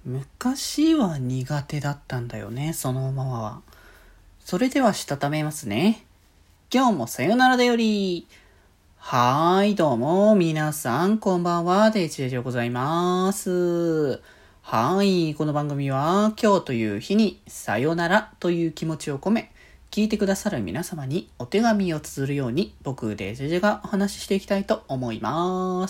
昔は苦手だったんだよね、そのままは。それではしたためますね。今日もさよならだより。どうも、皆さん、こんばんは、デジェジでございます。この番組は、今日という日に、さよならという気持ちを込め、聞いてくださる皆様にお手紙を綴るように、僕、デジェジがお話ししていきたいと思います。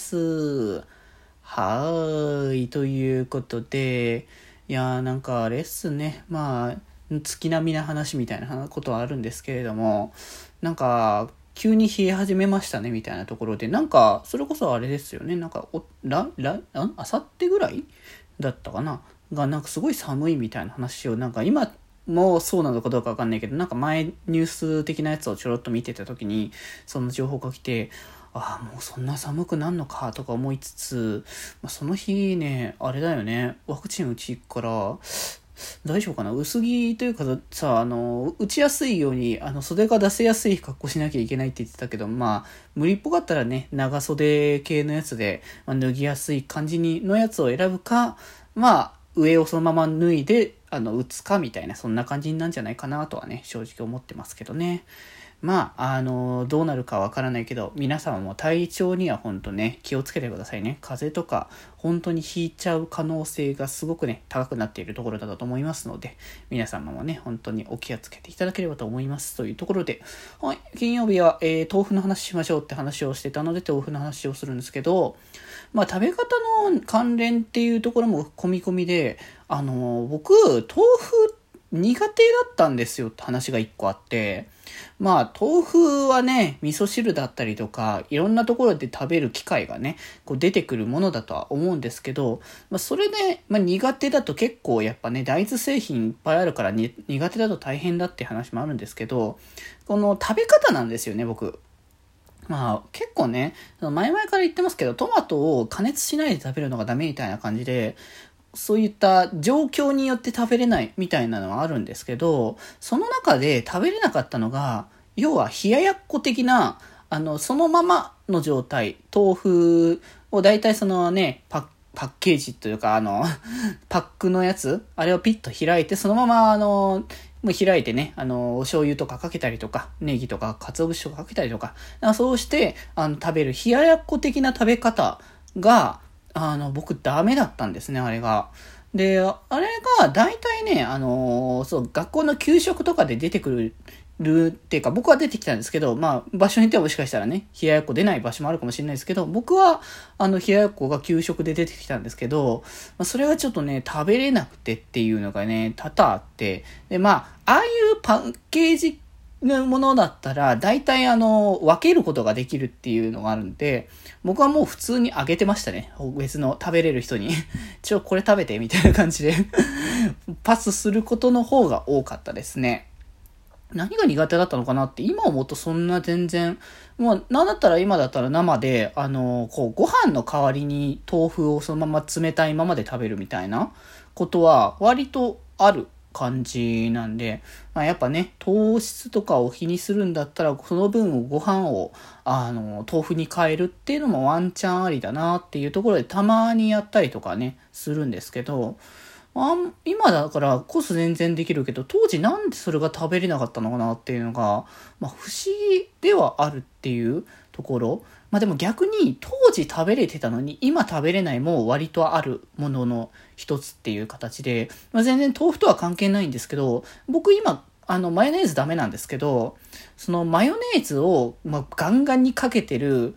ということで、なんかあれっすね。月並みな話みたいなことはあるんですけれども、なんか、急に冷え始めましたね、みたいなところで、なんか、それこそあれですよね。なんか、あさってぐらいだったかななんかすごい寒いみたいな話を、なんか今、もうそうなのかどうかわかんないけど、なんか前ニュース的なやつをちょろっと見てた時に、その情報が来て、もうそんな寒くなんのかとか思いつつ、その日ね、あれだよね、ワクチン打ちから、大丈夫かな、薄着というかさ、打ちやすいように、袖が出せやすい格好しなきゃいけないって言ってたけど、無理っぽかったらね、長袖系のやつで、脱ぎやすい感じのやつを選ぶか、上をそのまま脱いで、打つかみたいな、そんな感じなんじゃないかなとはね、正直思ってますけどね。どうなるかわからないけど、皆様も体調には本当ね、気をつけてくださいね。風邪とか、本当にひいちゃう可能性がすごくね、高くなっているところだと思いますので、皆様もね、本当にお気をつけていただければと思います。というところで、金曜日は、豆腐の話しましょうって話をしてたので、豆腐の話をするんですけど、食べ方の関連っていうところも込み込みで、僕、豆腐苦手だったんですよって話が一個あって、豆腐はね、味噌汁だったりとか、いろんなところで食べる機会がね、こう出てくるものだとは思うんですけど、それで、苦手だと結構やっぱね、大豆製品いっぱいあるから苦手だと大変だって話もあるんですけど、この食べ方なんですよね、僕。結構ね、前々から言ってますけど、トマトを加熱しないで食べるのがダメみたいな感じで、そういった状況によって食べれないみたいなのはあるんですけど、その中で食べれなかったのが、要は冷ややっこ的な、そのままの状態、豆腐を大体そのね、パッケージというか、パックのやつ、あれをピッと開いて、そのままもう開いてね、お醤油とかかけたりとか、ネギとか、鰹節とかかけたりとか、そうして、食べる冷ややっこ的な食べ方が、僕ダメだったんですね、あれが。で、あれが大体ね、学校の給食とかで出てくるっていうか、僕は出てきたんですけど、場所によってはもしかしたらね、冷ややっこ出ない場所もあるかもしれないですけど、僕は、冷ややっこが給食で出てきたんですけど、それがちょっとね、食べれなくてっていうのがね、多々あって、で、ああいうパッケージのものだったら、大体分けることができるっていうのがあるんで、僕はもう普通にあげてましたね。別の食べれる人に。これ食べてみたいな感じでパスすることの方が多かったですね。何が苦手だったのかなって今思うとそんな全然、もうなんだったら今だったら生で、ご飯の代わりに豆腐をそのまま冷たいままで食べるみたいなことは割とある感じなんで、やっぱね、糖質とかを気にするんだったら、その分ご飯を、豆腐に変えるっていうのもワンチャンありだなっていうところでたまにやったりとかね、するんですけど、今だからこそ全然できるけど、当時なんでそれが食べれなかったのかなっていうのが、不思議ではあるっていうところ。でも逆に当時食べれてたのに今食べれないも割とあるものの一つっていう形で、全然豆腐とは関係ないんですけど、僕今マヨネーズダメなんですけど、そのマヨネーズを、ガンガンにかけてる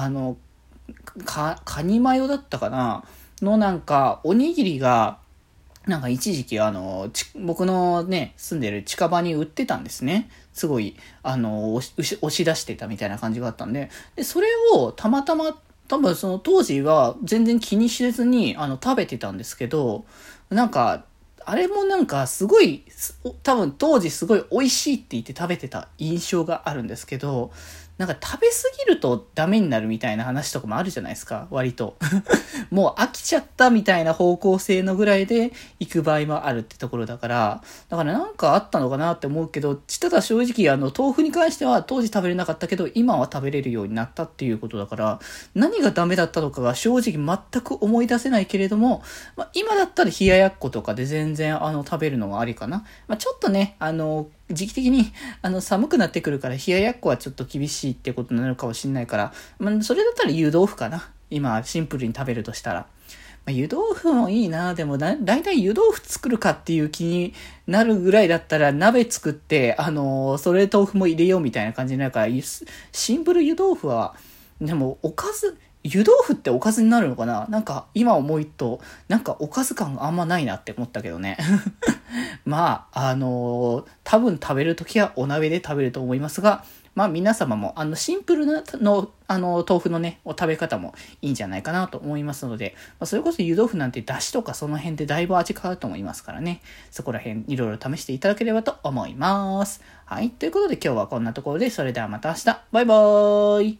カニマヨだったかなのなんかおにぎりがなんか一時期僕のね、住んでる近場に売ってたんですね。すごい、押し出してたみたいな感じがあったんで。で、それをたまたま、多分その当時は全然気にせずに、食べてたんですけど、なんか、あれもなんかすごい、多分当時すごい美味しいって言って食べてた印象があるんですけど、 なんか食べ過ぎるとダメになるみたいな話とかもあるじゃないですか、割と。もう飽きちゃったみたいな方向性のぐらいで行く場合もあるってところだから、なんかあったのかなって思うけど、ただ正直豆腐に関しては当時食べれなかったけど、今は食べれるようになったっていうことだから、何がダメだったのかが正直全く思い出せないけれども、今だったら冷ややっことかで全然食べるのはありかな。ちょっとね、時期的に寒くなってくるから冷ややっこはちょっと厳しいってことになるかもしれないから、それだったら湯豆腐かな。今シンプルに食べるとしたら。湯豆腐もいいな。でもだいたい湯豆腐作るかっていう気になるぐらいだったら鍋作って、それ豆腐も入れようみたいな感じになるから、シンプル湯豆腐は、でも湯豆腐っておかずになるのかな。今思うと、おかず感あんまないなって思ったけどね。多分食べるときはお鍋で食べると思いますが、皆様もシンプルな豆腐のね、食べ方もいいんじゃないかなと思いますので、それこそ湯豆腐なんて出汁とかその辺でだいぶ味変わると思いますからね、そこら辺いろいろ試していただければと思います。はい、ということで今日はこんなところで、それではまた明日、バイバーイ。